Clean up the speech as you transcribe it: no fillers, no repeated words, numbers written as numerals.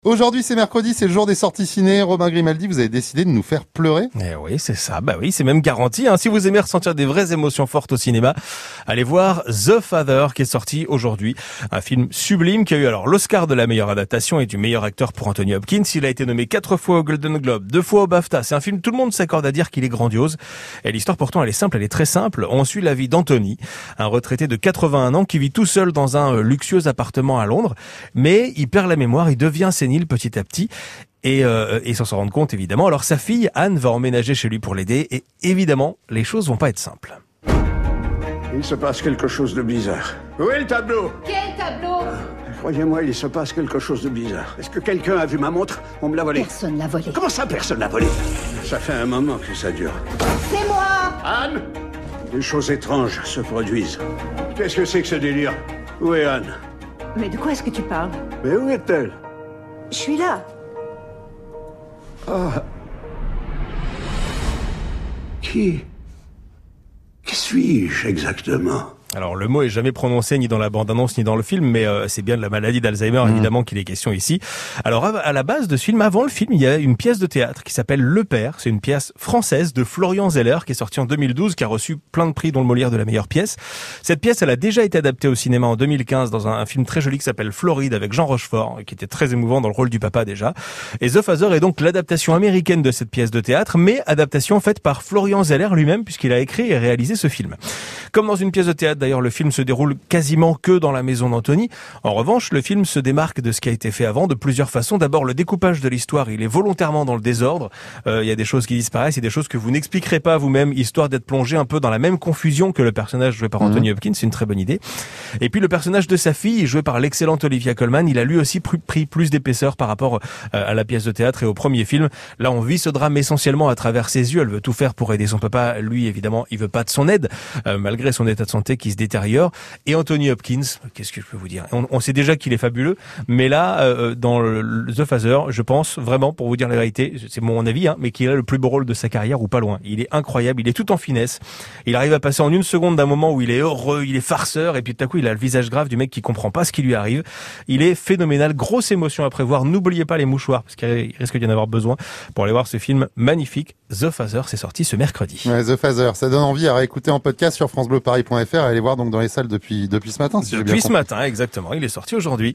Aujourd'hui, c'est mercredi, c'est le jour des sorties ciné. Romain Grimaldi, vous avez décidé de nous faire pleurer. Eh oui, c'est ça. Bah oui, c'est même garanti. Si vous aimez ressentir des vraies émotions fortes au cinéma, allez voir The Father qui est sorti aujourd'hui. Un film sublime qui a eu alors l'Oscar de la meilleure adaptation et du meilleur acteur pour Anthony Hopkins. Il a été nommé 4 fois au Golden Globe, 2 fois au BAFTA. C'est un film, tout le monde s'accorde à dire qu'il est grandiose. Et l'histoire pourtant, elle est simple, elle est très simple. On suit la vie d'Anthony, un retraité de 81 ans qui vit tout seul dans un luxueux appartement à Londres. Mais il perd la mémoire, il devient sénile petit à petit. Et sans s'en rendre compte, évidemment. Alors sa fille, Anne, va emménager chez lui pour l'aider. Et évidemment, les choses vont pas être simples. Il se passe quelque chose de bizarre. Où est le tableau? Quel tableau? Croyez-moi, il se passe quelque chose de bizarre. Est-ce que quelqu'un a vu ma montre? On me l'a volée. Personne l'a volée. Comment ça, personne l'a volée? Ça fait un moment que ça dure. C'est moi! Anne? Des choses étranges se produisent. Qu'est-ce que c'est que ce délire? Où est Anne? Mais de quoi est-ce que tu parles? Mais où est-elle? Je suis là. Qui suis-je exactement? Alors le mot est jamais prononcé ni dans la bande-annonce ni dans le film, mais c'est bien de la maladie d'Alzheimer évidemment qu'il est question ici. Alors à la base de ce film, avant le film, il y a une pièce de théâtre qui s'appelle Le Père. C'est une pièce française de Florian Zeller qui est sortie en 2012, qui a reçu plein de prix dont le Molière de la meilleure pièce. Cette pièce, elle a déjà été adaptée au cinéma en 2015 dans un film très joli qui s'appelle Floride avec Jean Rochefort, qui était très émouvant dans le rôle du papa déjà. Et The Father est donc l'adaptation américaine de cette pièce de théâtre, mais adaptation faite par Florian Zeller lui-même puisqu'il a écrit et réalisé ce film. Comme dans une pièce de théâtre, d'ailleurs, le film se déroule quasiment que dans la maison d'Anthony. En revanche, le film se démarque de ce qui a été fait avant de plusieurs façons. D'abord, le découpage de l'histoire, il est volontairement dans le désordre. Il y a des choses qui disparaissent, il y a des choses que vous n'expliquerez pas vous-même, histoire d'être plongé un peu dans la même confusion que le personnage joué par Anthony Hopkins. C'est une très bonne idée. Et puis, le personnage de sa fille, joué par l'excellente Olivia Colman, il a lui aussi pris plus d'épaisseur par rapport à la pièce de théâtre et au premier film. Là, on vit ce drame essentiellement à travers ses yeux. Elle veut tout faire pour aider son papa. Lui, évidemment, il veut pas de son aide, malgré son état de santé qui se détériore. Et Anthony Hopkins, qu'est-ce que je peux vous dire? On sait déjà qu'il est fabuleux, mais là, dans The Father, je pense vraiment, pour vous dire la vérité, c'est mon avis, mais qu'il a le plus beau rôle de sa carrière ou pas loin. Il est incroyable, il est tout en finesse. Il arrive à passer en une seconde d'un moment où il est heureux, il est farceur, et puis tout à coup, il a le visage grave du mec qui comprend pas ce qui lui arrive. Il est phénoménal, grosse émotion à prévoir. N'oubliez pas les mouchoirs, parce qu'il risque d'y en avoir besoin pour aller voir ce film magnifique. The Father, c'est sorti ce mercredi. Ouais, The Father, ça donne envie à réécouter en podcast sur francebleuparis.fr et aller voir donc dans les salles depuis ce matin. Depuis ce matin, exactement. Il est sorti aujourd'hui.